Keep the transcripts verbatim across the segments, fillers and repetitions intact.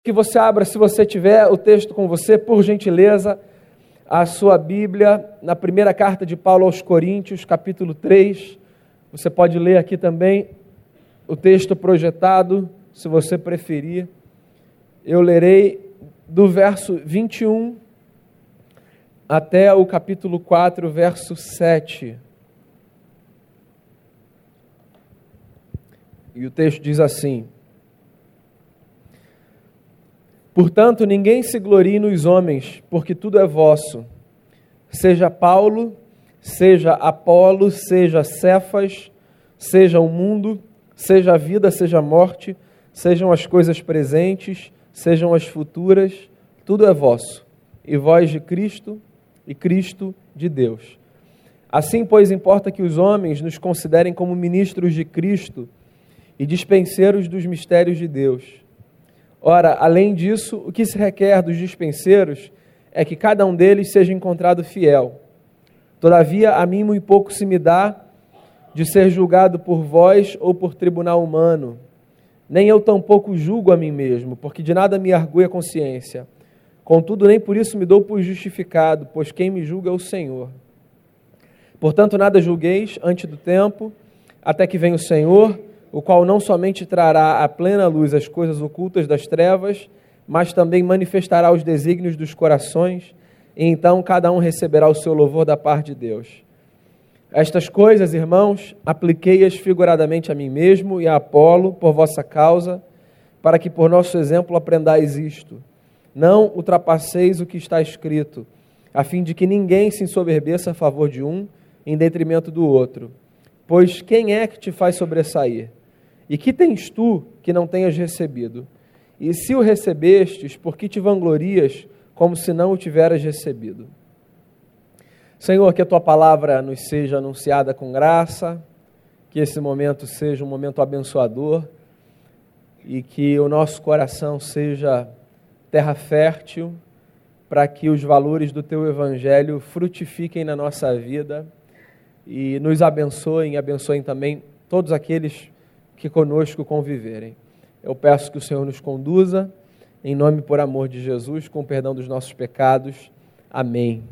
Que você abra, se você tiver o texto com você, por gentileza, a sua Bíblia, na primeira carta de Paulo aos Coríntios, capítulo três. Você pode ler aqui também o texto projetado, se você preferir. Eu lerei do verso vinte e um até o capítulo quatro, verso sete. E o texto diz assim: Portanto, ninguém se glorie nos homens, porque tudo é vosso. Seja Paulo, seja Apolo, seja Cefas, seja o mundo, seja a vida, seja a morte, sejam as coisas presentes, sejam as futuras, tudo é vosso. E vós de Cristo, e Cristo de Deus. Assim, pois, importa que os homens nos considerem como ministros de Cristo e dispenseiros dos mistérios de Deus. Ora, além disso, o que se requer dos dispenseiros é que cada um deles seja encontrado fiel. Todavia, a mim muito pouco se me dá de ser julgado por vós ou por tribunal humano. Nem eu tampouco julgo a mim mesmo, porque de nada me argui a consciência. Contudo, nem por isso me dou por justificado, pois quem me julga é o Senhor. Portanto, nada julgueis antes do tempo, até que venha o Senhor, o qual não somente trará à plena luz as coisas ocultas das trevas, mas também manifestará os desígnios dos corações, e então cada um receberá o seu louvor da parte de Deus. Estas coisas, irmãos, apliquei-as figuradamente a mim mesmo e a Apolo, por vossa causa, para que por nosso exemplo aprendais isto. Não ultrapasseis o que está escrito, a fim de que ninguém se ensoberbeça a favor de um, em detrimento do outro. Pois quem é que te faz sobressair? E que tens tu que não tenhas recebido? E se o recebestes, por que te vanglorias como se não o tiveras recebido? Senhor, que a Tua palavra nos seja anunciada com graça, que esse momento seja um momento abençoador e que o nosso coração seja terra fértil para que os valores do Teu Evangelho frutifiquem na nossa vida e nos abençoem, abençoem também todos aqueles que conosco conviverem. Eu peço que o Senhor nos conduza, em nome e por amor de Jesus, com o perdão dos nossos pecados. Amém.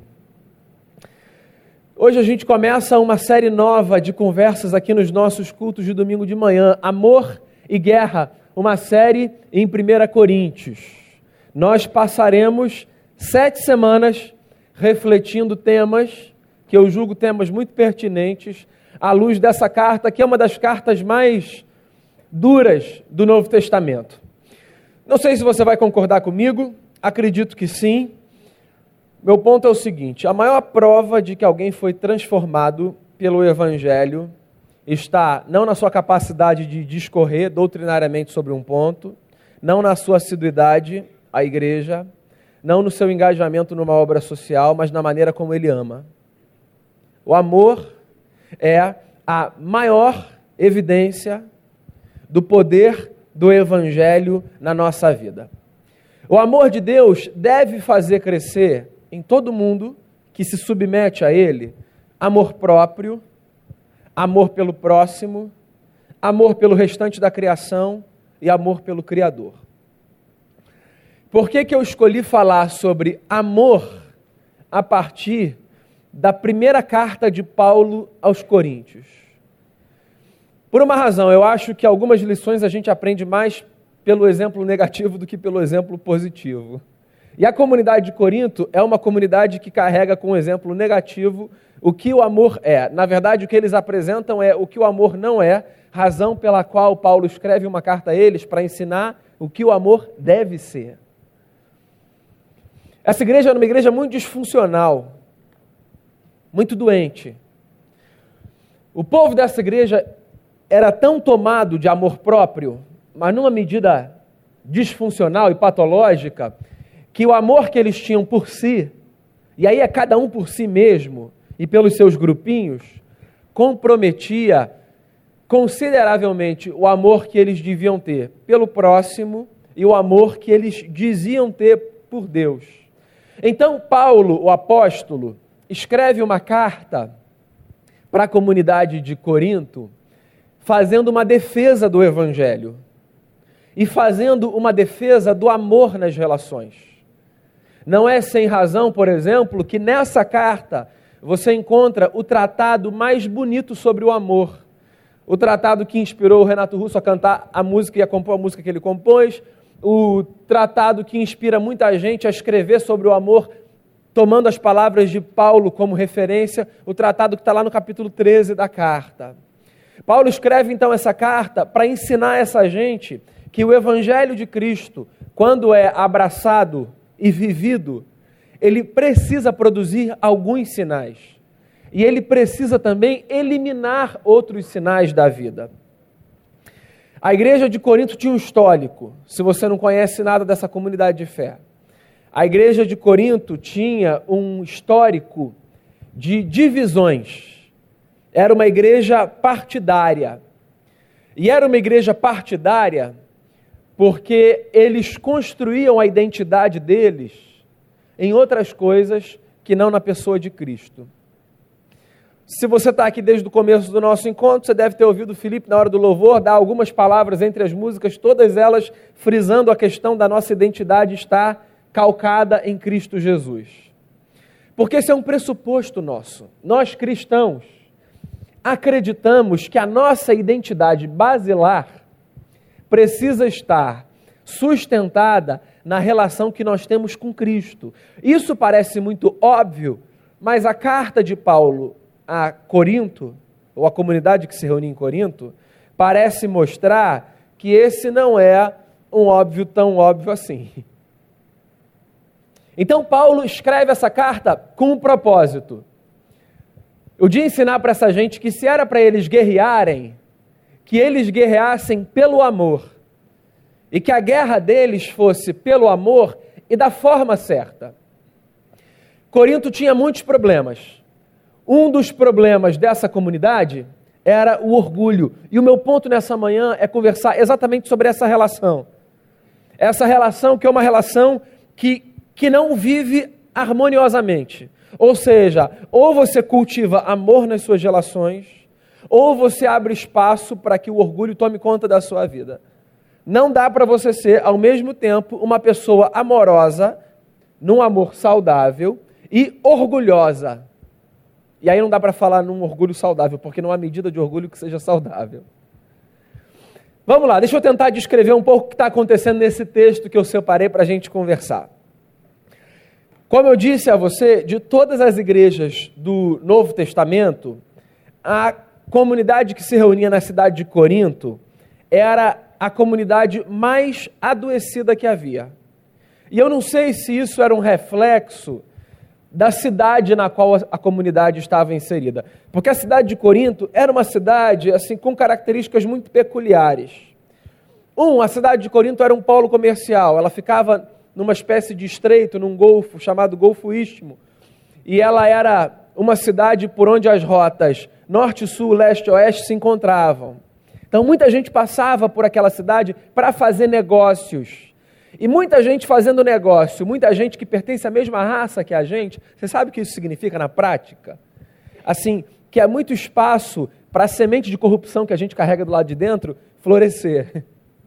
Hoje a gente começa uma série nova de conversas aqui nos nossos cultos de domingo de manhã, Amor e Guerra, uma série em primeira Coríntios. Nós passaremos sete semanas refletindo temas, que eu julgo temas muito pertinentes, à luz dessa carta, que é uma das cartas mais duras do Novo Testamento. Não sei se você vai concordar comigo, acredito que sim. Meu ponto é o seguinte: a maior prova de que alguém foi transformado pelo Evangelho está não na sua capacidade de discorrer doutrinariamente sobre um ponto, não na sua assiduidade à igreja, não no seu engajamento numa obra social, mas na maneira como ele ama. O amor é a maior evidência do poder do Evangelho na nossa vida. O amor de Deus deve fazer crescer em todo mundo que se submete a Ele amor próprio, amor pelo próximo, amor pelo restante da criação e amor pelo Criador. Por que que eu escolhi falar sobre amor a partir da primeira carta de Paulo aos Coríntios? Por uma razão, eu acho que algumas lições a gente aprende mais pelo exemplo negativo do que pelo exemplo positivo. E a comunidade de Corinto é uma comunidade que carrega com o exemplo negativo o que o amor é. Na verdade, o que eles apresentam é o que o amor não é, razão pela qual Paulo escreve uma carta a eles para ensinar o que o amor deve ser. Essa igreja era uma igreja muito disfuncional, muito doente. O povo dessa igreja era tão tomado de amor próprio, mas numa medida disfuncional e patológica, que o amor que eles tinham por si, e aí é cada um por si mesmo e pelos seus grupinhos, comprometia consideravelmente o amor que eles deviam ter pelo próximo e o amor que eles diziam ter por Deus. Então, Paulo, o apóstolo, escreve uma carta para a comunidade de Corinto, fazendo uma defesa do Evangelho. e fazendo uma defesa do amor nas relações. Não é sem razão, por exemplo, que nessa carta você encontra o tratado mais bonito sobre o amor. O tratado que inspirou o Renato Russo a cantar a música e a compor a música que ele compôs. O tratado que inspira muita gente a escrever sobre o amor, tomando as palavras de Paulo como referência. O tratado que está lá no capítulo treze da carta. Paulo escreve então essa carta para ensinar essa gente que o Evangelho de Cristo, quando é abraçado e vivido, ele precisa produzir alguns sinais. E ele precisa também eliminar outros sinais da vida. A igreja de Corinto tinha um histórico, se você não conhece nada dessa comunidade de fé. A igreja de Corinto tinha um histórico de divisões. Era uma igreja partidária. E era uma igreja partidária porque eles construíam a identidade deles em outras coisas que não na pessoa de Cristo. Se você está aqui desde o começo do nosso encontro, você deve ter ouvido o Felipe, na hora do louvor, dar algumas palavras entre as músicas, todas elas frisando a questão da nossa identidade estar calcada em Cristo Jesus. Porque esse é um pressuposto nosso. Nós cristãos acreditamos que a nossa identidade basilar precisa estar sustentada na relação que nós temos com Cristo. Isso parece muito óbvio, mas a carta de Paulo a Corinto, ou a comunidade que se reunia em Corinto, parece mostrar que esse não é um óbvio tão óbvio assim. Então Paulo escreve essa carta com um propósito. O de ensinar para essa gente que se era para eles guerrearem, que eles guerreassem pelo amor, e que a guerra deles fosse pelo amor e da forma certa. Corinto tinha muitos problemas. Um dos problemas dessa comunidade era o orgulho. E o meu ponto nessa manhã é conversar exatamente sobre essa relação. Essa relação que é uma relação que, que não vive harmoniosamente. Ou seja, ou você cultiva amor nas suas relações, ou você abre espaço para que o orgulho tome conta da sua vida. Não dá para você ser, ao mesmo tempo, uma pessoa amorosa, num amor saudável, e orgulhosa. E aí não dá para falar num orgulho saudável, porque não há medida de orgulho que seja saudável. Vamos lá, deixa eu tentar descrever um pouco o que está acontecendo nesse texto que eu separei para a gente conversar. Como eu disse a você, de todas as igrejas do Novo Testamento, a comunidade que se reunia na cidade de Corinto era a comunidade mais adoecida que havia. E eu não sei se isso era um reflexo da cidade na qual a comunidade estava inserida. Porque a cidade de Corinto era uma cidade assim, com características muito peculiares. Um, a cidade de Corinto era um polo comercial, ela ficava numa espécie de estreito, num golfo chamado Golfo Istmo, e ela era uma cidade por onde as rotas norte, sul, leste e oeste se encontravam. Então muita gente passava por aquela cidade para fazer negócios. E muita gente fazendo negócio, muita gente que pertence à mesma raça que a gente, você sabe o que isso significa na prática? Assim, que há muito espaço para a semente de corrupção que a gente carrega do lado de dentro florescer.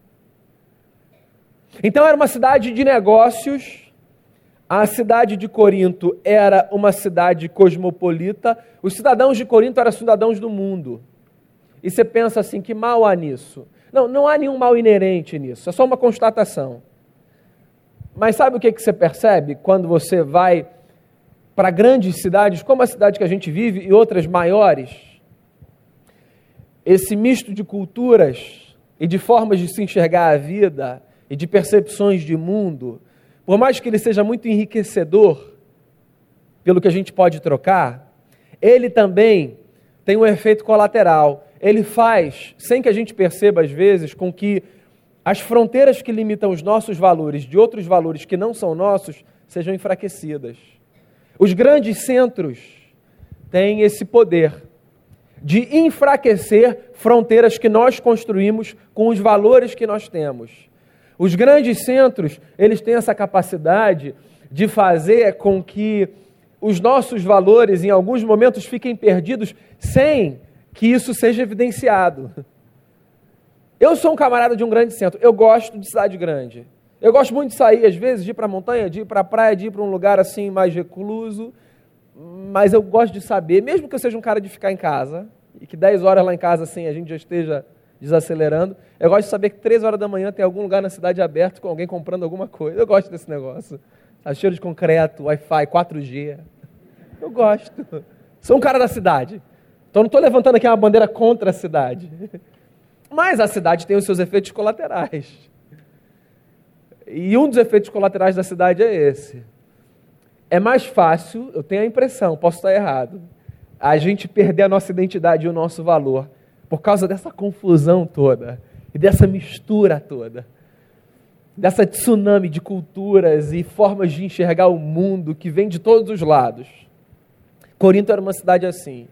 Então era uma cidade de negócios, a cidade de Corinto era uma cidade cosmopolita, os cidadãos de Corinto eram cidadãos do mundo. E você pensa assim, que mal há nisso? Não, não há nenhum mal inerente nisso, é só uma constatação. Mas sabe o que você percebe quando você vai para grandes cidades, como a cidade que a gente vive e outras maiores? Esse misto de culturas e de formas de se enxergar a vida e de percepções de mundo, por mais que ele seja muito enriquecedor pelo que a gente pode trocar, ele também tem um efeito colateral. Ele faz, sem que a gente perceba às vezes, com que as fronteiras que limitam os nossos valores de outros valores que não são nossos sejam enfraquecidas. Os grandes centros têm esse poder de enfraquecer fronteiras que nós construímos com os valores que nós temos. Os grandes centros, eles têm essa capacidade de fazer com que os nossos valores, em alguns momentos, fiquem perdidos sem que isso seja evidenciado. Eu sou um camarada de um grande centro, eu gosto de cidade grande. Eu gosto muito de sair, às vezes, de ir para a montanha, de ir para a praia, de ir para um lugar assim mais recluso, mas eu gosto de saber, mesmo que eu seja um cara de ficar em casa, e que dez horas lá em casa assim a gente já esteja desacelerando, eu gosto de saber que três horas da manhã tem algum lugar na cidade aberto com alguém comprando alguma coisa. Eu gosto desse negócio. Tá cheiro de concreto, Wi-Fi, quatro G. Eu gosto. Sou um cara da cidade. Então não estou levantando aqui uma bandeira contra a cidade. Mas a cidade tem os seus efeitos colaterais. E um dos efeitos colaterais da cidade é esse. É mais fácil, eu tenho a impressão, posso estar errado, a gente perder a nossa identidade e o nosso valor por causa dessa confusão toda e dessa mistura toda, dessa tsunami de culturas e formas de enxergar o mundo que vem de todos os lados. Corinto era uma cidade assim.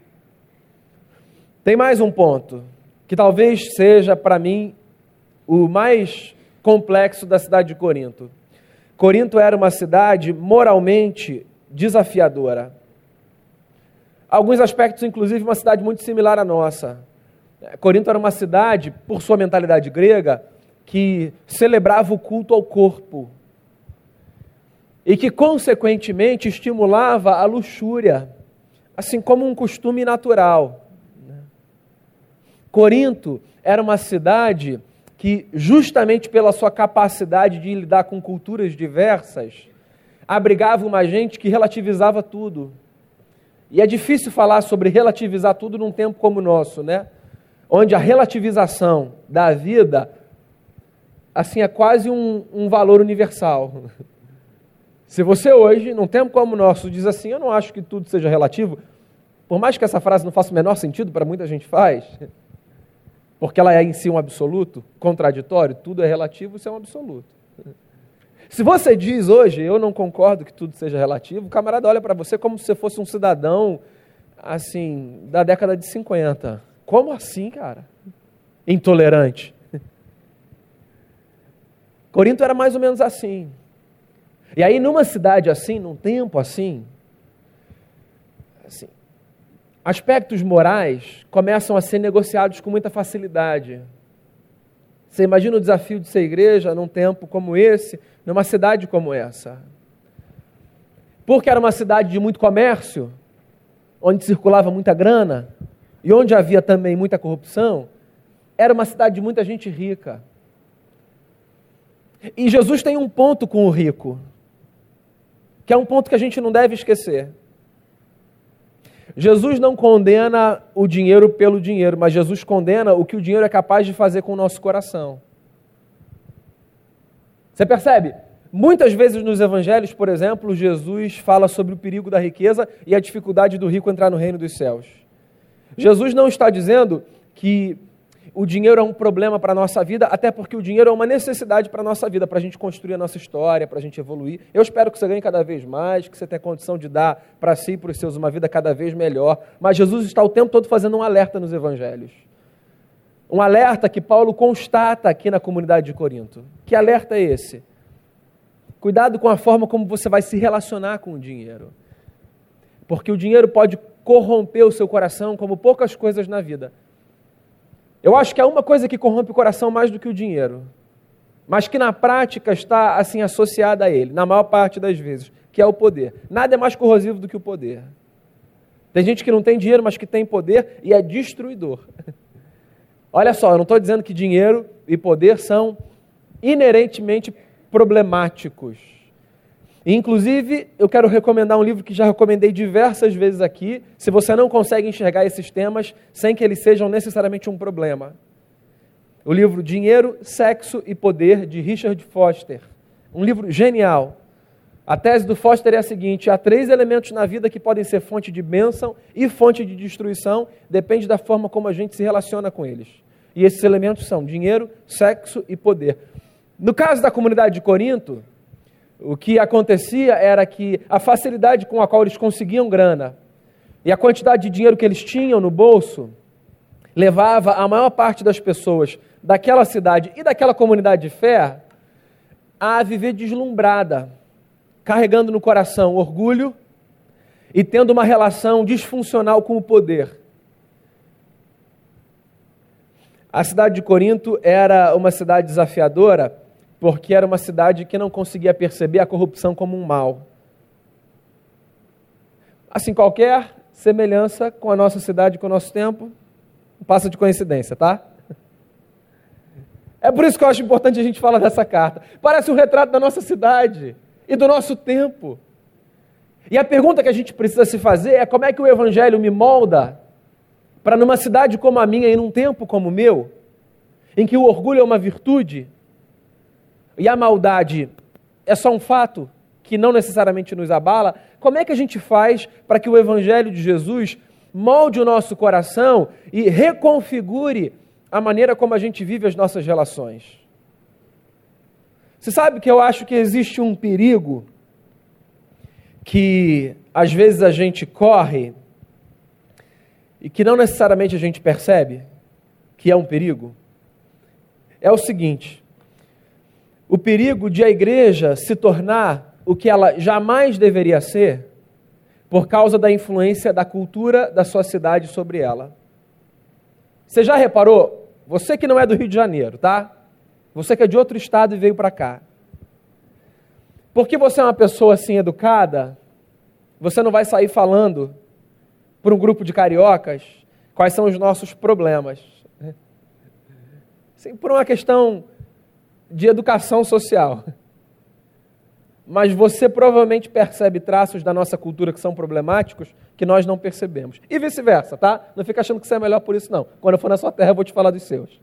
Tem mais um ponto, que talvez seja, para mim, o mais complexo da cidade de Corinto. Corinto era uma cidade moralmente desafiadora. Alguns aspectos, inclusive, uma cidade muito similar à nossa. Corinto era uma cidade, por sua mentalidade grega, que celebrava o culto ao corpo e que, consequentemente, estimulava a luxúria, assim como um costume natural. Corinto era uma cidade que, justamente pela sua capacidade de lidar com culturas diversas, abrigava uma gente que relativizava tudo. E é difícil falar sobre relativizar tudo num tempo como o nosso, né? Onde a relativização da vida, assim, é quase um, um valor universal. Se você hoje, num tempo como o nosso, diz assim, eu não acho que tudo seja relativo, por mais que essa frase não faça o menor sentido, para muita gente faz, porque ela é em si um absoluto, contraditório, tudo é relativo, isso é um absoluto. Se você diz hoje, eu não concordo que tudo seja relativo, o camarada olha para você como se você fosse um cidadão, assim, da década de cinquenta. Como assim, cara? Intolerante. Corinto era mais ou menos assim. E aí, numa cidade assim, num tempo assim, assim, aspectos morais começam a ser negociados com muita facilidade. Você imagina o desafio de ser igreja num tempo como esse, numa cidade como essa. Porque era uma cidade de muito comércio, onde circulava muita grana, e onde havia também muita corrupção, era uma cidade de muita gente rica. E Jesus tem um ponto com o rico, que é um ponto que a gente não deve esquecer. Jesus não condena o dinheiro pelo dinheiro, mas Jesus condena o que o dinheiro é capaz de fazer com o nosso coração. Você percebe? Muitas vezes nos evangelhos, por exemplo, Jesus fala sobre o perigo da riqueza e a dificuldade do rico entrar no reino dos céus. Jesus não está dizendo que o dinheiro é um problema para a nossa vida, até porque o dinheiro é uma necessidade para a nossa vida, para a gente construir a nossa história, para a gente evoluir. Eu espero que você ganhe cada vez mais, que você tenha condição de dar para si e para os seus uma vida cada vez melhor. Mas Jesus está o tempo todo fazendo um alerta nos evangelhos. Um alerta que Paulo constata aqui na comunidade de Corinto. Que alerta é esse? Cuidado com a forma como você vai se relacionar com o dinheiro. Porque o dinheiro pode corromper o seu coração como poucas coisas na vida. Eu acho que há uma coisa que corrompe o coração mais do que o dinheiro, mas que na prática está assim associada a ele, na maior parte das vezes, que é o poder. Nada é mais corrosivo do que o poder. Tem gente que não tem dinheiro, mas que tem poder e é destruidor. Olha só, eu não estou dizendo que dinheiro e poder são inerentemente problemáticos. Inclusive, eu quero recomendar um livro que já recomendei diversas vezes aqui, se você não consegue enxergar esses temas sem que eles sejam necessariamente um problema. O livro Dinheiro, Sexo e Poder, de Richard Foster. Um livro genial. A tese do Foster é a seguinte: há três elementos na vida que podem ser fonte de bênção e fonte de destruição, depende da forma como a gente se relaciona com eles. E esses elementos são dinheiro, sexo e poder. No caso da comunidade de Corinto, o que acontecia era que a facilidade com a qual eles conseguiam grana e a quantidade de dinheiro que eles tinham no bolso levava a maior parte das pessoas daquela cidade e daquela comunidade de fé a viver deslumbrada, carregando no coração orgulho e tendo uma relação disfuncional com o poder. A cidade de Corinto era uma cidade desafiadora, porque era uma cidade que não conseguia perceber a corrupção como um mal. Assim, qualquer semelhança com a nossa cidade, com o nosso tempo, passa de coincidência, tá? É por isso que eu acho importante a gente falar dessa carta. Parece um retrato da nossa cidade e do nosso tempo. E a pergunta que a gente precisa se fazer é como é que o Evangelho me molda para numa cidade como a minha e num tempo como o meu, em que o orgulho é uma virtude e a maldade é só um fato que não necessariamente nos abala, como é que a gente faz para que o Evangelho de Jesus molde o nosso coração e reconfigure a maneira como a gente vive as nossas relações? Você sabe que eu acho que existe um perigo que às vezes a gente corre e que não necessariamente a gente percebe que é um perigo? É o seguinte: o perigo de a igreja se tornar o que ela jamais deveria ser por causa da influência da cultura da sua cidade sobre ela. Você já reparou? Você que não é do Rio de Janeiro, tá? Você que é de outro estado e veio para cá. Porque você é uma pessoa assim educada, você não vai sair falando para um grupo de cariocas quais são os nossos problemas. Assim, por uma questão de educação social. Mas você provavelmente percebe traços da nossa cultura que são problemáticos que nós não percebemos. E vice-versa, tá? Não fica achando que você é melhor por isso, não. Quando eu for na sua terra, eu vou te falar dos seus.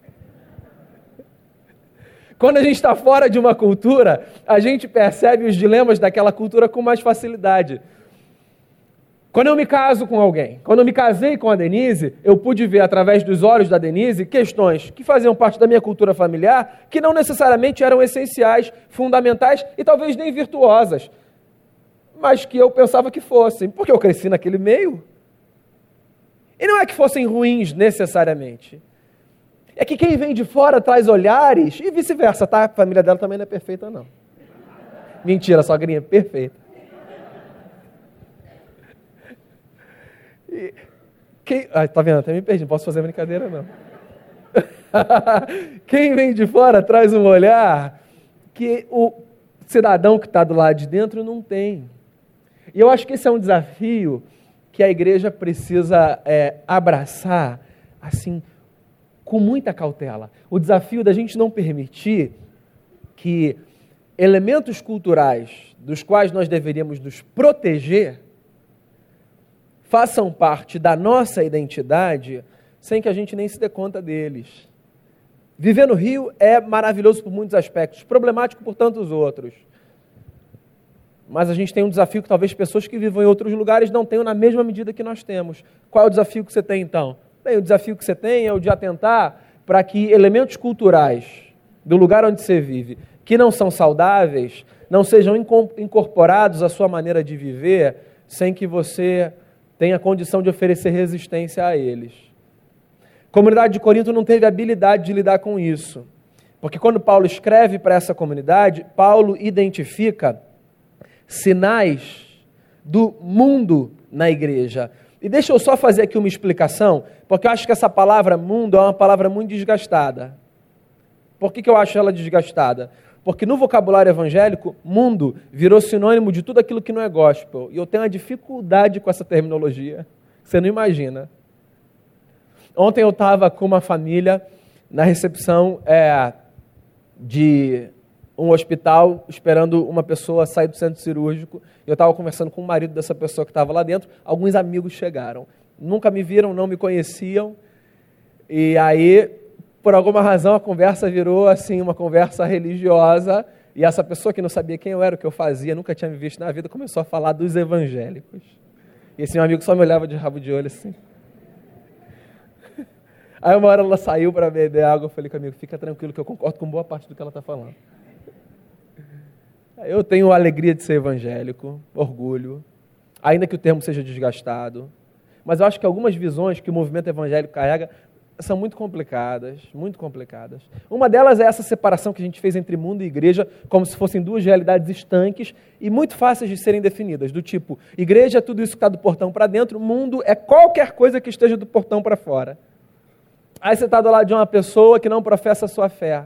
Quando a gente está fora de uma cultura, a gente percebe os dilemas daquela cultura com mais facilidade. Quando eu me caso com alguém, quando eu me casei com a Denise, eu pude ver através dos olhos da Denise questões que faziam parte da minha cultura familiar que não necessariamente eram essenciais, fundamentais e talvez nem virtuosas, mas que eu pensava que fossem, porque eu cresci naquele meio. E não é que fossem ruins necessariamente. É que quem vem de fora traz olhares e vice-versa, tá? A família dela também não é perfeita, não. Mentira, sogrinha, é perfeita. E quem... Ah, tá vendo? Até me perdi, não posso fazer brincadeira, não. Quem vem de fora traz um olhar que o cidadão que está do lado de dentro não tem. E eu acho que esse é um desafio que a igreja precisa é, abraçar, assim, com muita cautela. O desafio da gente não permitir que elementos culturais dos quais nós deveríamos nos proteger façam parte da nossa identidade sem que a gente nem se dê conta deles. Viver no Rio é maravilhoso por muitos aspectos, problemático por tantos outros. Mas a gente tem um desafio que talvez pessoas que vivam em outros lugares não tenham na mesma medida que nós temos. Qual é o desafio que você tem, então? Bem, o desafio que você tem é o de atentar para que elementos culturais do lugar onde você vive, que não são saudáveis, não sejam incorporados à sua maneira de viver, sem que você tenha condição de oferecer resistência a eles. A comunidade de Corinto não teve habilidade de lidar com isso, porque quando Paulo escreve para essa comunidade, Paulo identifica sinais do mundo na igreja. E deixa eu só fazer aqui uma explicação, porque eu acho que essa palavra mundo é uma palavra muito desgastada. Por que que eu acho ela desgastada? Porque no vocabulário evangélico, mundo virou sinônimo de tudo aquilo que não é gospel. E eu tenho uma dificuldade com essa terminologia, você não imagina. Ontem eu estava com uma família na recepção é, de um hospital, esperando uma pessoa sair do centro cirúrgico. Eu estava conversando com o marido dessa pessoa que estava lá dentro. Alguns amigos chegaram. Nunca me viram, não me conheciam. E aí, por alguma razão, a conversa virou assim, uma conversa religiosa. E essa pessoa que não sabia quem eu era, o que eu fazia, nunca tinha me visto na vida, começou a falar dos evangélicos. E esse meu amigo só me olhava de rabo de olho assim. Aí uma hora ela saiu para beber água. Eu falei com o amigo, fica tranquilo que eu concordo com boa parte do que ela está falando. Eu tenho a alegria de ser evangélico, orgulho, ainda que o termo seja desgastado, mas eu acho que algumas visões que o movimento evangélico carrega são muito complicadas, muito complicadas. Uma delas é essa separação que a gente fez entre mundo e igreja, como se fossem duas realidades estanques e muito fáceis de serem definidas, do tipo, igreja é tudo isso que está do portão para dentro, mundo é qualquer coisa que esteja do portão para fora. Aí você está do lado de uma pessoa que não professa a sua fé.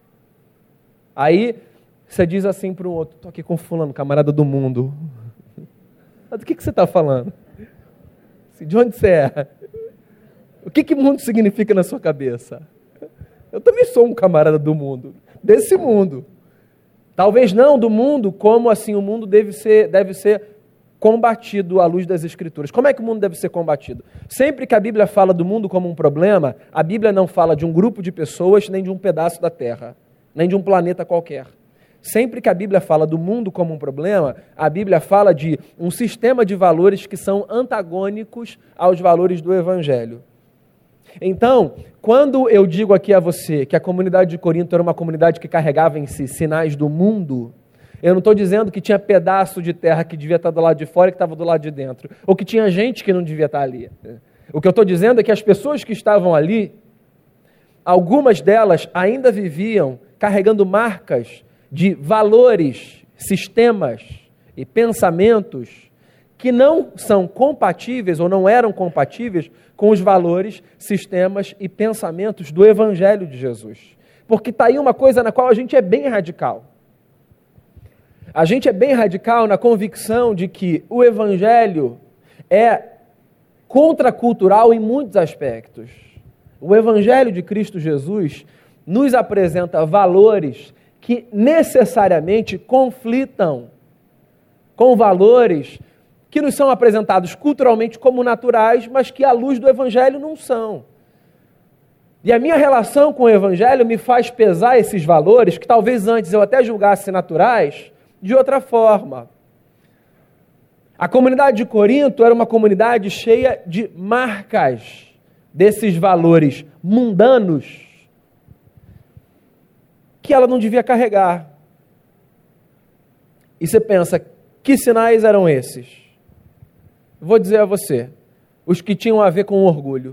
Aí você diz assim para o outro, estou aqui com fulano, camarada do mundo. Mas do que, que você está falando? De onde você é? O que, que mundo significa na sua cabeça? Eu também sou um camarada do mundo, desse mundo. Talvez não do mundo como assim o mundo deve ser, deve ser combatido à luz das Escrituras. Como é que o mundo deve ser combatido? Sempre que a Bíblia fala do mundo como um problema, a Bíblia não fala de um grupo de pessoas, nem de um pedaço da Terra, nem de um planeta qualquer. Sempre que a Bíblia fala do mundo como um problema, a Bíblia fala de um sistema de valores que são antagônicos aos valores do Evangelho. Então, quando eu digo aqui a você que a comunidade de Corinto era uma comunidade que carregava em si sinais do mundo, eu não estou dizendo que tinha pedaço de terra que devia estar do lado de fora e que estava do lado de dentro, ou que tinha gente que não devia estar ali. O que eu estou dizendo é que as pessoas que estavam ali, algumas delas ainda viviam carregando marcas de valores, sistemas e pensamentos que não são compatíveis ou não eram compatíveis com os valores, sistemas e pensamentos do Evangelho de Jesus. Porque está aí uma coisa na qual a gente é bem radical. A gente é bem radical na convicção de que o Evangelho é contracultural em muitos aspectos. O Evangelho de Cristo Jesus nos apresenta valores que necessariamente conflitam com valores que nos são apresentados culturalmente como naturais, mas que à luz do Evangelho não são. E a minha relação com o Evangelho me faz pesar esses valores, que talvez antes eu até julgasse naturais, de outra forma. A comunidade de Corinto era uma comunidade cheia de marcas desses valores mundanos que ela não devia carregar. E você pensa, que sinais eram esses? Vou dizer a você, os que tinham a ver com orgulho.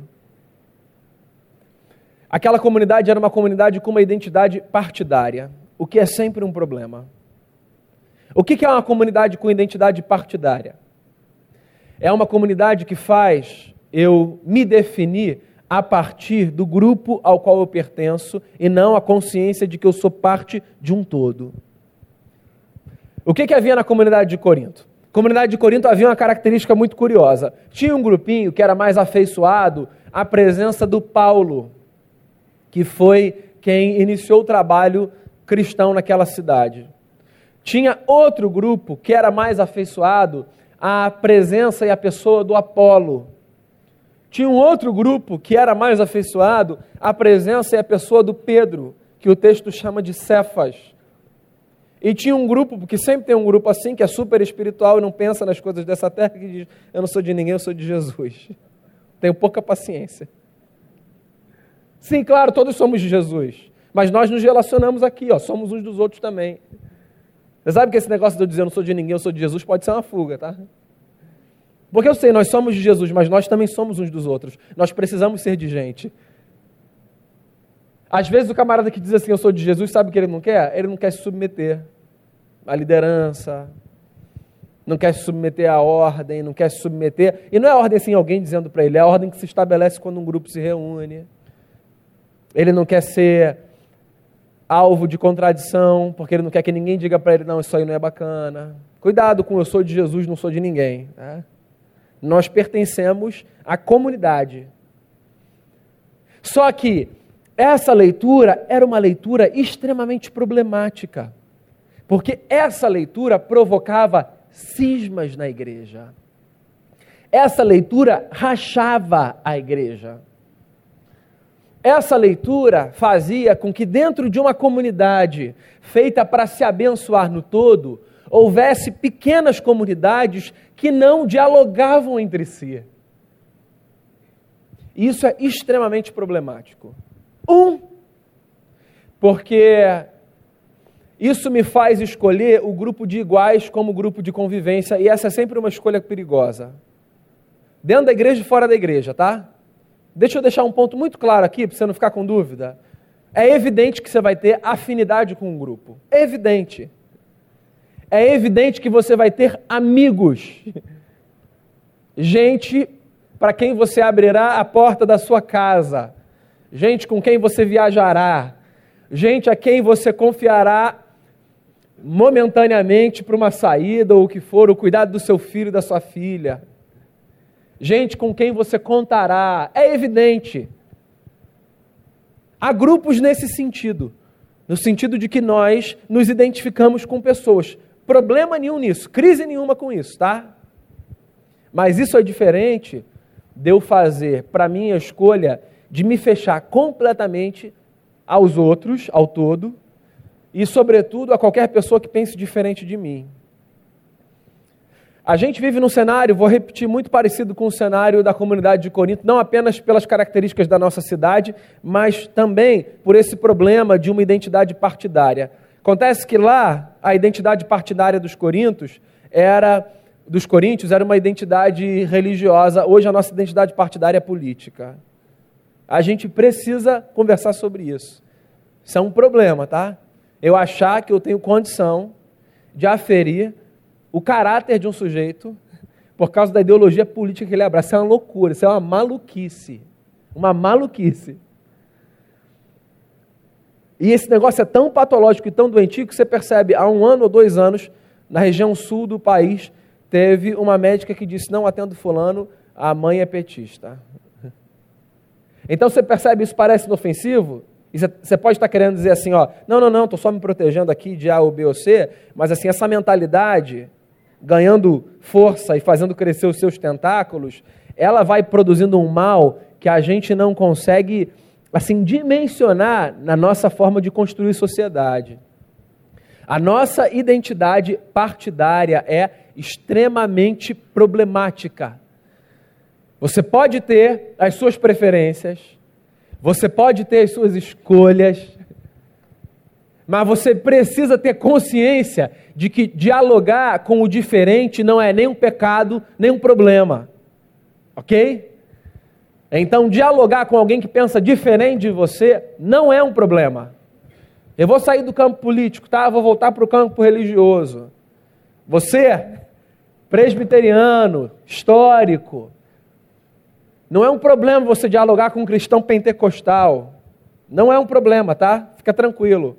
Aquela comunidade era uma comunidade com uma identidade partidária, o que é sempre um problema. O que é uma comunidade com identidade partidária? É uma comunidade que faz eu me definir a partir do grupo ao qual eu pertenço e não a consciência de que eu sou parte de um todo. O que, que havia na comunidade de Corinto? Na comunidade de Corinto havia uma característica muito curiosa. Tinha um grupinho que era mais afeiçoado à presença do Paulo, que foi quem iniciou o trabalho cristão naquela cidade. Tinha outro grupo que era mais afeiçoado à presença e à pessoa do Apolo. Tinha um outro grupo que era mais afeiçoado à presença e à pessoa do Pedro, que o texto chama de Cefas. E tinha um grupo, porque sempre tem um grupo assim, que é super espiritual e não pensa nas coisas dessa terra, que diz, eu não sou de ninguém, eu sou de Jesus. Tenho pouca paciência. Sim, claro, todos somos de Jesus, mas nós nos relacionamos aqui, ó, somos uns dos outros também. Você sabe que esse negócio de eu dizer eu não sou de ninguém, eu sou de Jesus, pode ser uma fuga, tá? Porque eu sei, nós somos de Jesus, mas nós também somos uns dos outros. Nós precisamos ser de gente. Às vezes o camarada que diz assim, eu sou de Jesus, sabe o que ele não quer? Ele não quer se submeter à liderança, não quer se submeter à ordem, não quer se submeter... E não é a ordem assim, alguém dizendo para ele, é a ordem que se estabelece quando um grupo se reúne. Ele não quer ser alvo de contradição, porque ele não quer que ninguém diga para ele, não, isso aí não é bacana. Cuidado com eu sou de Jesus, não sou de ninguém. Tá? Nós pertencemos à comunidade. Só que essa leitura era uma leitura extremamente problemática, porque essa leitura provocava cismas na igreja. Essa leitura rachava a igreja. Essa leitura fazia com que dentro de uma comunidade feita para se abençoar no todo, houvesse pequenas comunidades que não dialogavam entre si. Isso é extremamente problemático. Um, porque isso me faz escolher o grupo de iguais como grupo de convivência, e essa é sempre uma escolha perigosa. Dentro da igreja e fora da igreja, tá? Deixa eu deixar um ponto muito claro aqui, para você não ficar com dúvida. É evidente que você vai ter afinidade com um grupo. É evidente. É evidente que você vai ter amigos. Gente para quem você abrirá a porta da sua casa. gente com quem você viajará, gente a quem você confiará momentaneamente para uma saída ou o que for, o cuidado do seu filho e da sua filha. Gente com quem você contará. É evidente. Há grupos nesse sentido, no sentido de que nós nos identificamos com pessoas. Problema nenhum nisso, crise nenhuma com isso, tá? Mas isso é diferente de eu fazer, para mim, a escolha de me fechar completamente aos outros, ao todo, e, sobretudo, a qualquer pessoa que pense diferente de mim. A gente vive num cenário, vou repetir, muito parecido com o cenário da comunidade de Corinto, não apenas pelas características da nossa cidade, mas também por esse problema de uma identidade partidária. Acontece que lá, a identidade partidária dos Coríntios era, dos Coríntios era uma identidade religiosa, hoje a nossa identidade partidária é política. A gente precisa conversar sobre isso. Isso é um problema, tá? Eu achar que eu tenho condição de aferir o caráter de um sujeito por causa da ideologia política que ele abraça. Isso é uma loucura, isso é uma maluquice. Uma maluquice. E esse negócio é tão patológico e tão doentio que você percebe, há um ano ou dois anos, na região sul do país, teve uma médica que disse, não atendo fulano, a mãe é petista. Então você percebe, isso parece inofensivo? E você pode estar querendo dizer assim, ó, não, não, não, estou só me protegendo aqui de A ou B ou C, mas assim, essa mentalidade, ganhando força e fazendo crescer os seus tentáculos, ela vai produzindo um mal que a gente não consegue, assim, dimensionar na nossa forma de construir sociedade. A nossa identidade partidária é extremamente problemática. Você pode ter as suas preferências, você pode ter as suas escolhas, mas você precisa ter consciência de que dialogar com o diferente não é nem um pecado, nem um problema. Ok? Então, dialogar com alguém que pensa diferente de você não é um problema. Eu vou sair do campo político, tá? Vou voltar para o campo religioso. Você, presbiteriano, histórico, não é um problema você dialogar com um cristão pentecostal. Não é um problema, tá? Fica tranquilo.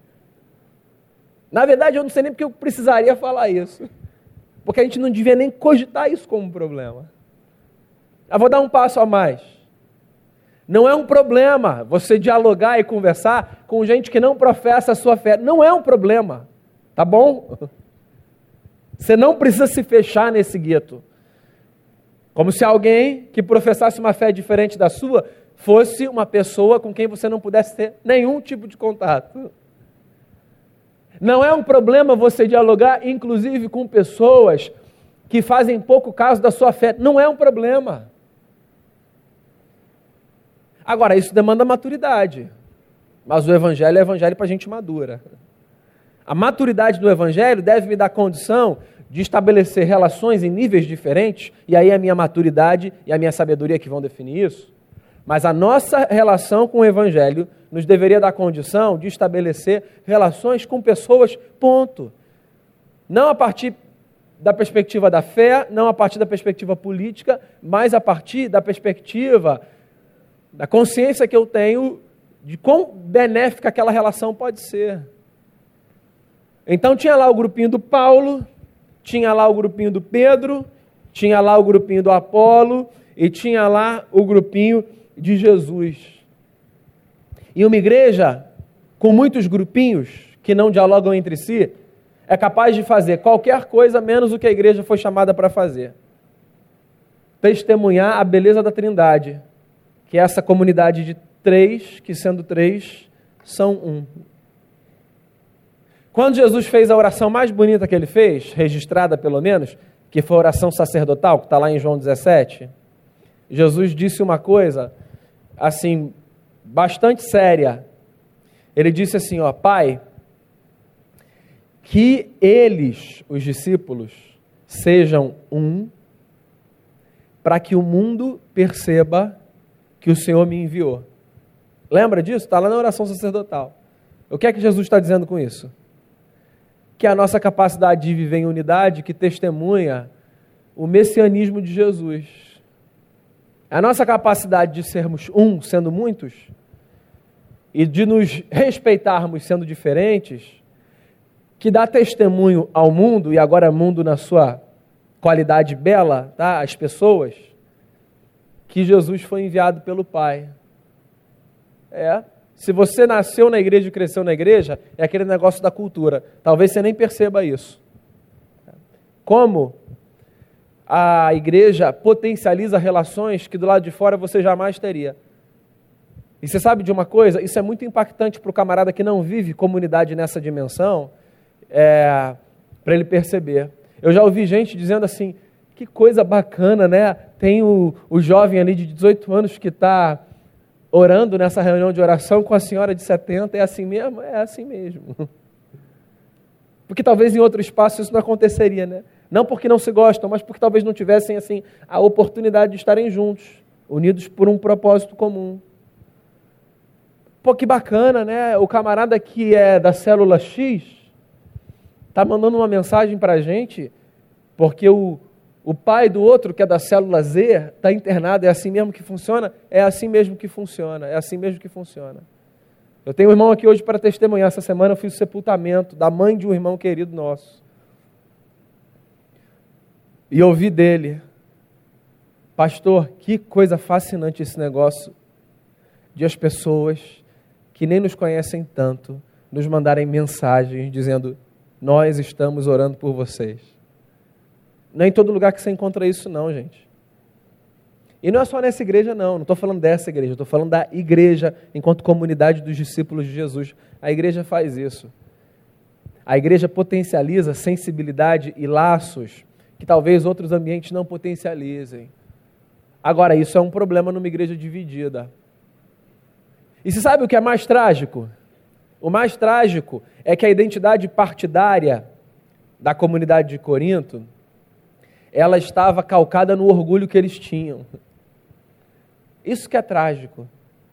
Na verdade, eu não sei nem porque eu precisaria falar isso. Porque a gente não devia nem cogitar isso como um problema. Eu vou dar um passo a mais. Não é um problema você dialogar e conversar com gente que não professa a sua fé. Não é um problema, tá bom? Você não precisa se fechar nesse gueto. Como se alguém que professasse uma fé diferente da sua fosse uma pessoa com quem você não pudesse ter nenhum tipo de contato. Não é um problema você dialogar, inclusive, com pessoas que fazem pouco caso da sua fé. Não é um problema. Agora, isso demanda maturidade. Mas o Evangelho é Evangelho para gente madura. A maturidade do Evangelho deve me dar condição de estabelecer relações em níveis diferentes, e aí a minha maturidade e a minha sabedoria que vão definir isso. Mas a nossa relação com o Evangelho nos deveria dar condição de estabelecer relações com pessoas, ponto. Não a partir da perspectiva da fé, não a partir da perspectiva política, mas a partir da perspectiva da consciência que eu tenho de quão benéfica aquela relação pode ser. Então tinha lá o grupinho do Paulo, tinha lá o grupinho do Pedro, tinha lá o grupinho do Apolo e tinha lá o grupinho de Jesus. E uma igreja com muitos grupinhos que não dialogam entre si é capaz de fazer qualquer coisa menos o que a igreja foi chamada para fazer. Testemunhar a beleza da Trindade, que é essa comunidade de três, que sendo três, são um. Quando Jesus fez a oração mais bonita que ele fez, registrada pelo menos, que foi a oração sacerdotal, que está lá em João dezessete, Jesus disse uma coisa, assim, bastante séria. Ele disse assim, ó, Pai, que eles, os discípulos, sejam um, para que o mundo perceba que o Senhor me enviou. Lembra disso? Está lá na oração sacerdotal. O que é que Jesus está dizendo com isso? Que a nossa capacidade de viver em unidade, que testemunha o messianismo de Jesus. a nossa capacidade de sermos um, sendo muitos, e de nos respeitarmos sendo diferentes, que dá testemunho ao mundo, e agora mundo na sua qualidade bela, tá? As pessoas, que Jesus foi enviado pelo Pai. É, se você nasceu na igreja e cresceu na igreja, é aquele negócio da cultura. Talvez você nem perceba isso. Como a igreja potencializa relações que do lado de fora você jamais teria. E você sabe de uma coisa? Isso é muito impactante para o camarada que não vive comunidade nessa dimensão, é, para ele perceber. Eu já ouvi gente dizendo assim, que coisa bacana, né? Tem o, o jovem ali de dezoito anos que está orando nessa reunião de oração com a senhora de setenta, é assim mesmo? É assim mesmo. Porque talvez em outro espaço isso não aconteceria, né? Não porque não se gostam, mas porque talvez não tivessem assim a oportunidade de estarem juntos, unidos por um propósito comum. Pô, que bacana, né? O camarada que é da célula X está mandando uma mensagem para a gente, porque o, o pai do outro, que é da célula Z, está internado. É assim mesmo que funciona? É assim mesmo que funciona. É assim mesmo que funciona. Eu tenho um irmão aqui hoje para testemunhar. Essa semana eu fiz o sepultamento da mãe de um irmão querido nosso. E ouvi dele, pastor, que coisa fascinante esse negócio de as pessoas que nem nos conhecem tanto nos mandarem mensagens dizendo, nós estamos orando por vocês. Não é em todo lugar que você encontra isso não, gente. E não é só nessa igreja não, não estou falando dessa igreja, estou falando da igreja enquanto comunidade dos discípulos de Jesus. A igreja faz isso. A igreja potencializa sensibilidade e laços que talvez outros ambientes não potencializem. Agora, isso é um problema numa igreja dividida. E você sabe o que é mais trágico? O mais trágico é que a identidade partidária da comunidade de Corinto, ela estava calcada no orgulho que eles tinham. Isso que é trágico.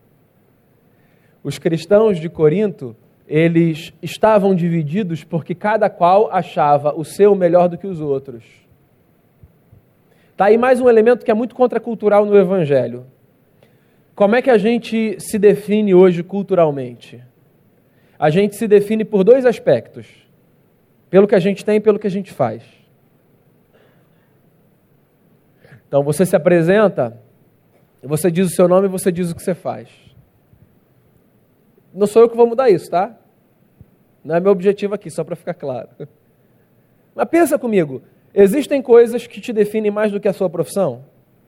Os cristãos de Corinto, eles estavam divididos porque cada qual achava o seu melhor do que os outros. Está aí mais um elemento que é muito contracultural no Evangelho. Como é que a gente se define hoje culturalmente? A gente se define por dois aspectos. Pelo que a gente tem e pelo que a gente faz. Então você se apresenta, você diz o seu nome e você diz o que você faz. Não sou eu que vou mudar isso, tá? Não é meu objetivo aqui, só para ficar claro. Mas pensa comigo, existem coisas que te definem mais do que a sua profissão?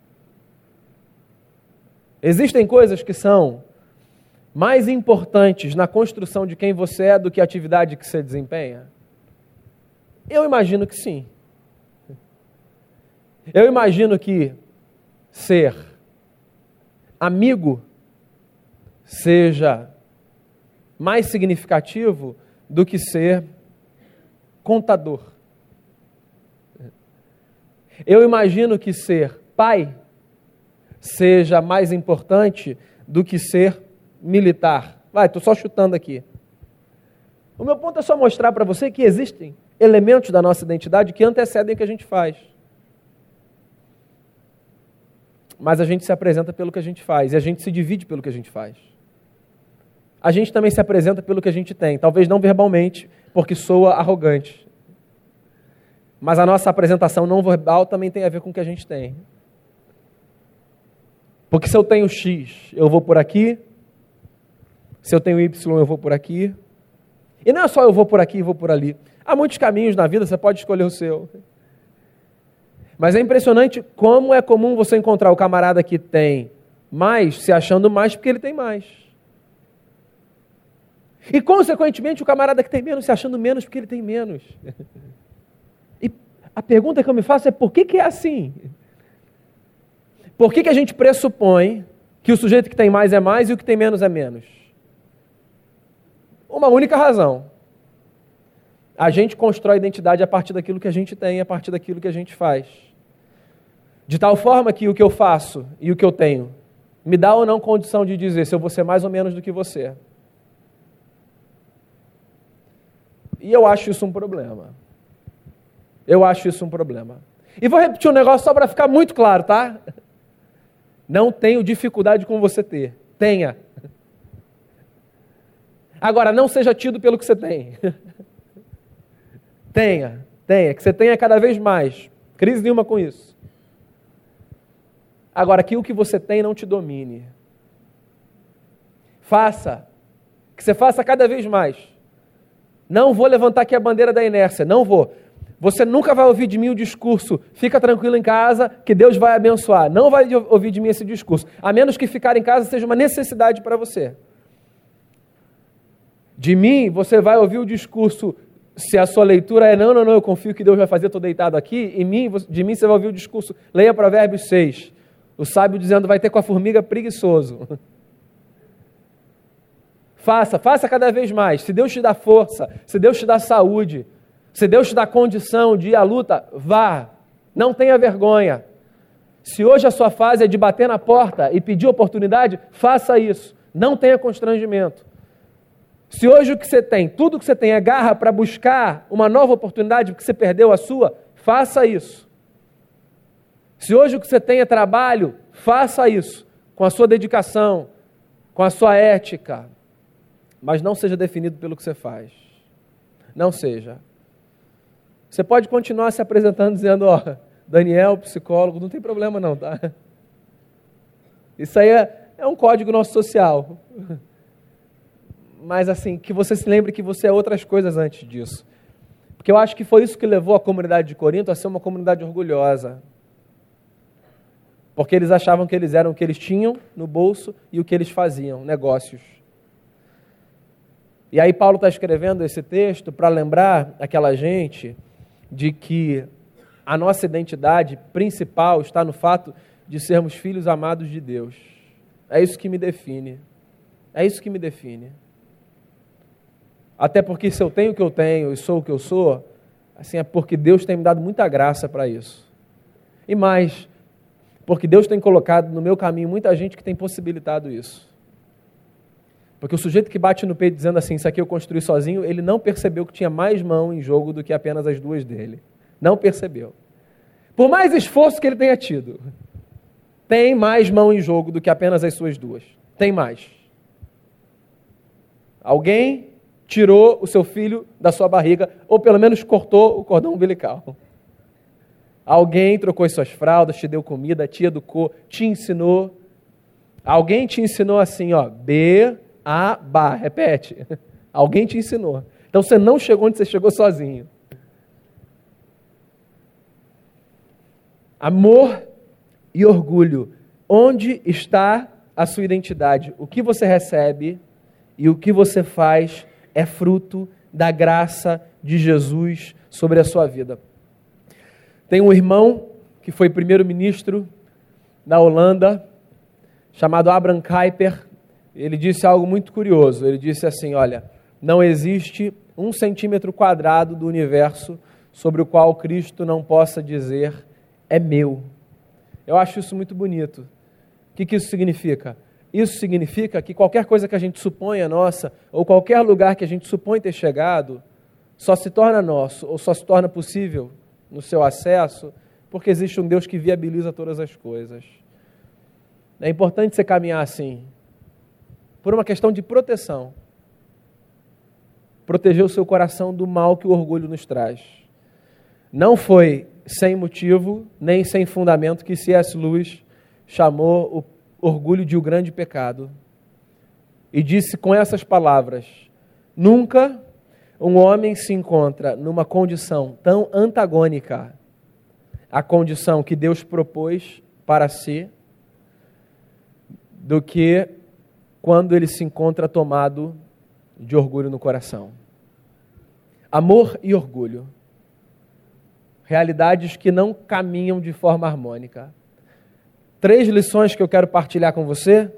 Existem coisas que são mais importantes na construção de quem você é do que a atividade que você desempenha? Eu imagino que sim. Eu imagino que ser amigo seja mais significativo do que ser contador. Eu imagino que ser pai seja mais importante do que ser militar. Vai, estou só chutando aqui. O meu ponto é só mostrar para você que existem elementos da nossa identidade que antecedem o que a gente faz. Mas a gente se apresenta pelo que a gente faz, e a gente se divide pelo que a gente faz. A gente também se apresenta pelo que a gente tem, talvez não verbalmente, porque soa arrogante. Mas a nossa apresentação não verbal também tem a ver com o que a gente tem. Porque se eu tenho X, eu vou por aqui. Se eu tenho Y, eu vou por aqui. E não é só eu vou por aqui e vou por ali. Há muitos caminhos na vida, você pode escolher o seu. Mas é impressionante como é comum você encontrar o camarada que tem mais, se achando mais porque ele tem mais. E, consequentemente, o camarada que tem menos, se achando menos porque ele tem menos. E a pergunta que eu me faço é por que que é assim? Por que que a gente pressupõe que o sujeito que tem mais é mais e o que tem menos é menos? Uma única razão. A gente constrói identidade a partir daquilo que a gente tem, a partir daquilo que a gente faz. De tal forma que o que eu faço e o que eu tenho me dá ou não condição de dizer se eu vou ser mais ou menos do que você. E eu acho isso um problema. Eu acho isso um problema. E vou repetir um negócio só para ficar muito claro, tá? Não tenho dificuldade com você ter. Tenha. Agora, não seja tido pelo que você tem. Tenha, tenha, que você tenha cada vez mais. Crise nenhuma com isso. Agora, que o que você tem não te domine. Faça, que você faça cada vez mais. Não vou levantar aqui a bandeira da inércia, não vou. Você nunca vai ouvir de mim o discurso, fica tranquilo em casa que Deus vai abençoar. Não vai ouvir de mim esse discurso, a menos que ficar em casa seja uma necessidade para você. De mim, você vai ouvir o discurso, se a sua leitura é não, não, não, eu confio que Deus vai fazer, estou deitado aqui. Em mim, de mim você vai ouvir o discurso, leia Provérbios seis. O sábio dizendo, vai ter com a formiga preguiçoso. Faça, faça cada vez mais. Se Deus te dá força, se Deus te dá saúde, se Deus te dá condição de ir à luta, vá. Não tenha vergonha. Se hoje a sua fase é de bater na porta e pedir oportunidade, faça isso. Não tenha constrangimento. Se hoje o que você tem, tudo que você tem é garra para buscar uma nova oportunidade porque você perdeu a sua, faça isso. Se hoje o que você tem é trabalho, faça isso com a sua dedicação, com a sua ética, mas não seja definido pelo que você faz. Não seja. Você pode continuar se apresentando dizendo, ó, Daniel, psicólogo, não tem problema não, tá? Isso aí é, é um código nosso social. Mas assim, que você se lembre que você é outras coisas antes disso. Porque eu acho que foi isso que levou a comunidade de Corinto a ser uma comunidade orgulhosa. Porque eles achavam que eles eram o que eles tinham no bolso e o que eles faziam, negócios. E aí Paulo está escrevendo esse texto para lembrar aquela gente de que a nossa identidade principal está no fato de sermos filhos amados de Deus. É isso que me define. É isso que me define. Até porque se eu tenho o que eu tenho e sou o que eu sou, assim, é porque Deus tem me dado muita graça para isso. E mais, porque Deus tem colocado no meu caminho muita gente que tem possibilitado isso. Porque o sujeito que bate no peito dizendo assim, isso aqui eu construí sozinho, ele não percebeu que tinha mais mão em jogo do que apenas as duas dele. Não percebeu. Por mais esforço que ele tenha tido, tem mais mão em jogo do que apenas as suas duas. Tem mais. Alguém tirou o seu filho da sua barriga, ou pelo menos cortou o cordão umbilical. Alguém trocou as suas fraldas, te deu comida, te educou, te ensinou. Alguém te ensinou assim, ó, B, A, Bá, repete. Alguém te ensinou. Então você não chegou onde você chegou sozinho. Amor e orgulho. Onde está a sua identidade? O que você recebe e o que você faz é fruto da graça de Jesus sobre a sua vida. Tem um irmão que foi primeiro-ministro na Holanda, chamado Abraham Kuyper. Ele disse algo muito curioso. Ele disse assim, olha, não existe um centímetro quadrado do universo sobre o qual Cristo não possa dizer, é meu. Eu acho isso muito bonito. O que, que isso significa? Isso significa que qualquer coisa que a gente suponha nossa, ou qualquer lugar que a gente supõe ter chegado, só se torna nosso, ou só se torna possível no seu acesso, porque existe um Deus que viabiliza todas as coisas. É importante você caminhar assim, por uma questão de proteção. Proteger o seu coração do mal que o orgulho nos traz. Não foi sem motivo, nem sem fundamento, que C S Lewis chamou o orgulho de o grande pecado. E disse com essas palavras, nunca um homem se encontra numa condição tão antagônica à condição que Deus propôs para si, do que quando ele se encontra tomado de orgulho no coração. Amor e orgulho. Realidades que não caminham de forma harmônica. Três lições que eu quero partilhar com você.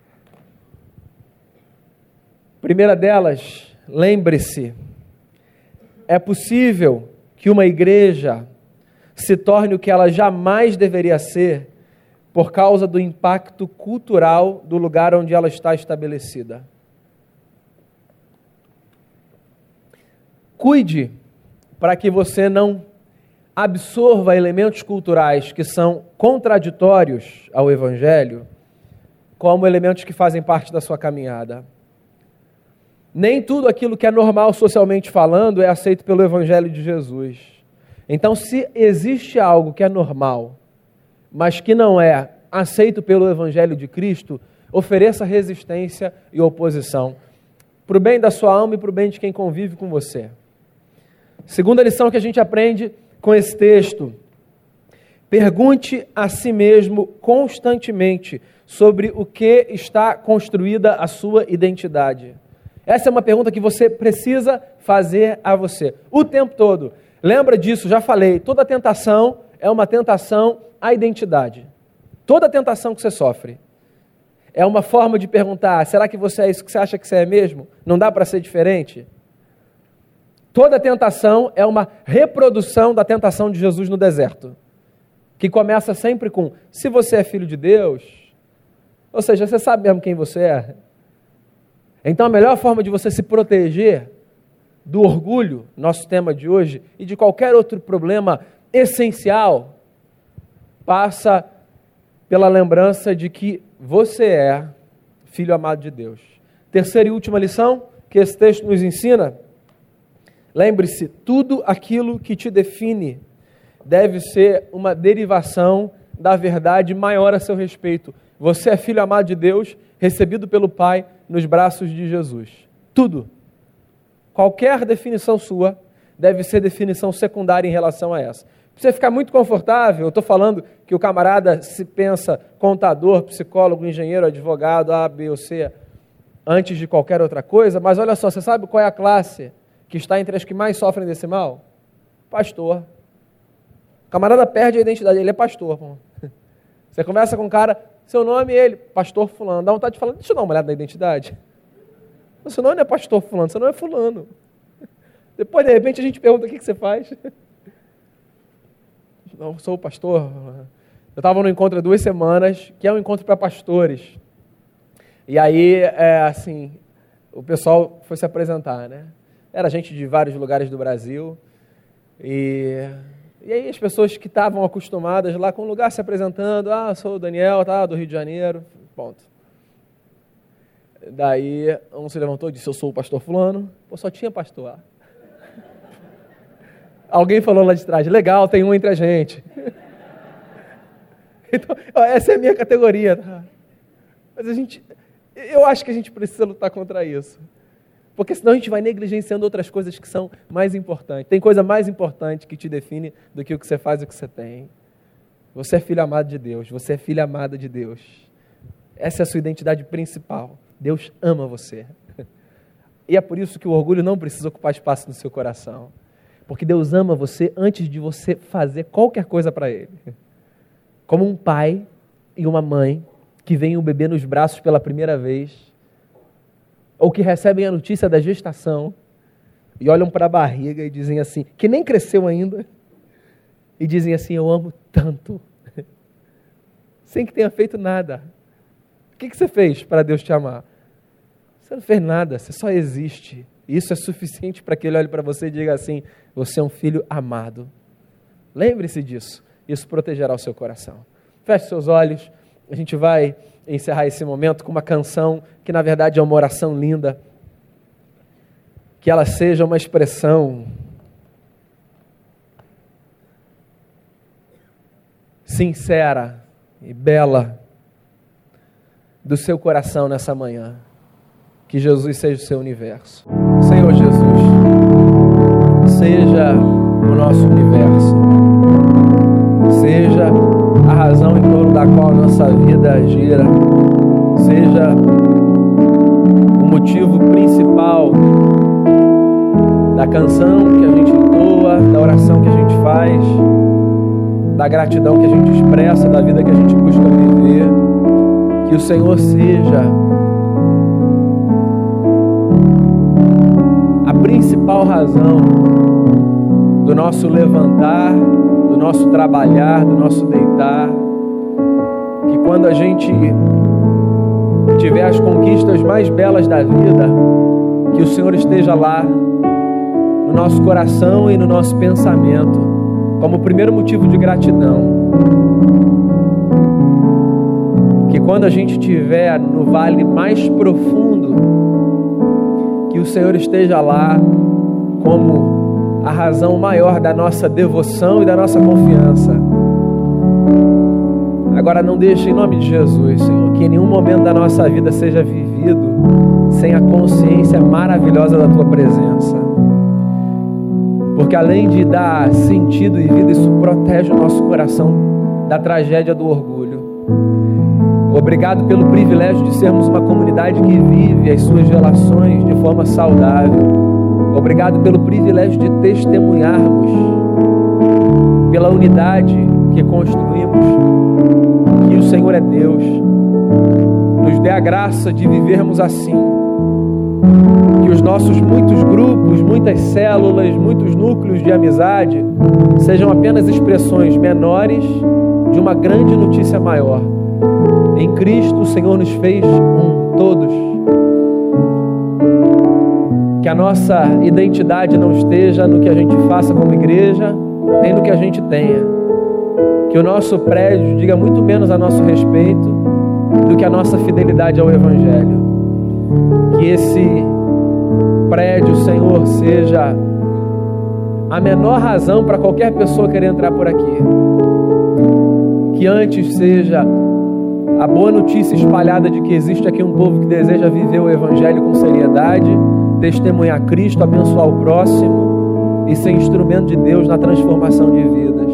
Primeira delas, lembre-se, é possível que uma igreja se torne o que ela jamais deveria ser por causa do impacto cultural do lugar onde ela está estabelecida. Cuide para que você não absorva elementos culturais que são contraditórios ao Evangelho como elementos que fazem parte da sua caminhada. Nem tudo aquilo que é normal socialmente falando é aceito pelo Evangelho de Jesus. Então, se existe algo que é normal, mas que não é aceito pelo Evangelho de Cristo, ofereça resistência e oposição, para o bem da sua alma e para o bem de quem convive com você. Segunda lição que a gente aprende com esse texto: pergunte a si mesmo constantemente sobre o que está construída a sua identidade. Essa é uma pergunta que você precisa fazer a você o tempo todo. Lembra disso, já falei, toda tentação é uma tentação à identidade. Toda tentação que você sofre é uma forma de perguntar: será que você é isso que você acha que você é mesmo? Não dá para ser diferente? Toda tentação é uma reprodução da tentação de Jesus no deserto, que começa sempre com: se você é filho de Deus, ou seja, você sabe mesmo quem você é. Então a melhor forma de você se proteger do orgulho, nosso tema de hoje, e de qualquer outro problema essencial, passa pela lembrança de que você é filho amado de Deus. Terceira e última lição que esse texto nos ensina: lembre-se, tudo aquilo que te define deve ser uma derivação da verdade maior a seu respeito. Você é filho amado de Deus, recebido pelo Pai nos braços de Jesus. Tudo. Qualquer definição sua deve ser definição secundária em relação a essa. Para você ficar muito confortável, eu estou falando que o camarada se pensa contador, psicólogo, engenheiro, advogado, A, B ou C, antes de qualquer outra coisa, mas olha só, você sabe qual é a classe que está entre as que mais sofrem desse mal? Pastor. O camarada perde a identidade, ele é pastor. Pô. Você conversa com um cara, seu nome é ele, pastor fulano, dá vontade de falar: deixa eu dar uma olhada na identidade. Seu nome não é pastor fulano, seu nome é fulano. Depois, de repente, a gente pergunta: o que você faz? Não, sou pastor. Eu estava no encontro há duas semanas, que é um encontro para pastores. E aí, é, assim, o pessoal foi se apresentar, né? Era gente de vários lugares do Brasil. E, e aí as pessoas que estavam acostumadas lá com o lugar se apresentando: ah, sou o Daniel, tá, do Rio de Janeiro, ponto. Daí um se levantou e disse: eu sou o pastor fulano. Pô, só tinha pastor lá. Alguém falou lá de trás: legal, tem um entre a gente. Então, essa é a minha categoria. Tá? Mas a gente, eu acho que a gente precisa lutar contra isso. Porque senão a gente vai negligenciando outras coisas que são mais importantes. Tem coisa mais importante que te define do que o que você faz e o que você tem. Você é filho amado de Deus, você é filha amada de Deus. Essa é a sua identidade principal. Deus ama você. E é por isso que o orgulho não precisa ocupar espaço no seu coração. Porque Deus ama você antes de você fazer qualquer coisa para Ele. Como um pai e uma mãe que veem o bebê nos braços pela primeira vez, ou que recebem a notícia da gestação e olham para a barriga e dizem assim, que nem cresceu ainda, e dizem assim: eu amo tanto, sem que tenha feito nada. O que você fez para Deus te amar? Você não fez nada, você só existe. Isso é suficiente para que Ele olhe para você e diga assim: você é um filho amado. Lembre-se disso, isso protegerá o seu coração. Feche seus olhos, a gente vai encerrar esse momento com uma canção que na verdade é uma oração linda, que ela seja uma expressão sincera e bela do seu coração nessa manhã. Que Jesus seja o seu universo. Senhor Jesus, seja o nosso universo, seja a razão em torno da qual a nossa vida gira, seja o motivo principal da canção que a gente entoa, da oração que a gente faz, da gratidão que a gente expressa, da vida que a gente busca viver. Que o Senhor seja a principal razão do nosso levantar, do nosso trabalhar, do nosso deitar. Que quando a gente tiver as conquistas mais belas da vida, que o Senhor esteja lá no nosso coração e no nosso pensamento, como primeiro motivo de gratidão, que quando a gente estiver no vale mais profundo, que o Senhor esteja lá como a razão maior da nossa devoção e da nossa confiança. Agora não deixe, em nome de Jesus, Senhor, que em nenhum momento da nossa vida seja vivido sem a consciência maravilhosa da Tua presença. Porque além de dar sentido e vida, isso protege o nosso coração da tragédia do orgulho. Obrigado pelo privilégio de sermos uma comunidade que vive as suas relações de forma saudável. Obrigado pelo privilégio de testemunharmos, pela unidade que construímos, que o Senhor é Deus. Nos dê a graça de vivermos assim. Que os nossos muitos grupos, muitas células, muitos núcleos de amizade sejam apenas expressões menores de uma grande notícia maior. Em Cristo o Senhor nos fez um, todos. Que a nossa identidade não esteja no que a gente faça como igreja, nem no que a gente tenha. Que o nosso prédio diga muito menos a nosso respeito do que a nossa fidelidade ao Evangelho. Que esse prédio, Senhor, seja a menor razão para qualquer pessoa querer entrar por aqui. Que antes seja a boa notícia espalhada de que existe aqui um povo que deseja viver o Evangelho com seriedade, testemunhar Cristo, abençoar o próximo e ser instrumento de Deus na transformação de vidas.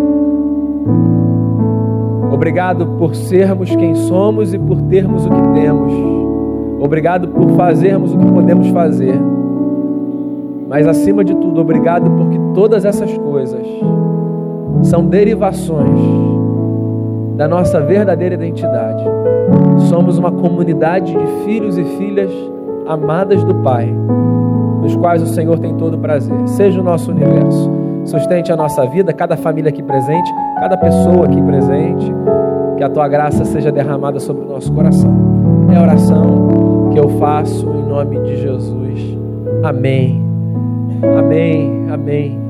Obrigado por sermos quem somos e por termos o que temos. Obrigado por fazermos o que podemos fazer. Mas acima de tudo, obrigado porque todas essas coisas são derivações da nossa verdadeira identidade. Somos uma comunidade de filhos e filhas amadas do Pai, nos quais o Senhor tem todo o prazer. Seja o nosso universo, sustente a nossa vida, cada família aqui presente, cada pessoa aqui presente, que a Tua graça seja derramada sobre o nosso coração. É a oração que eu faço em nome de Jesus. Amém. Amém. Amém.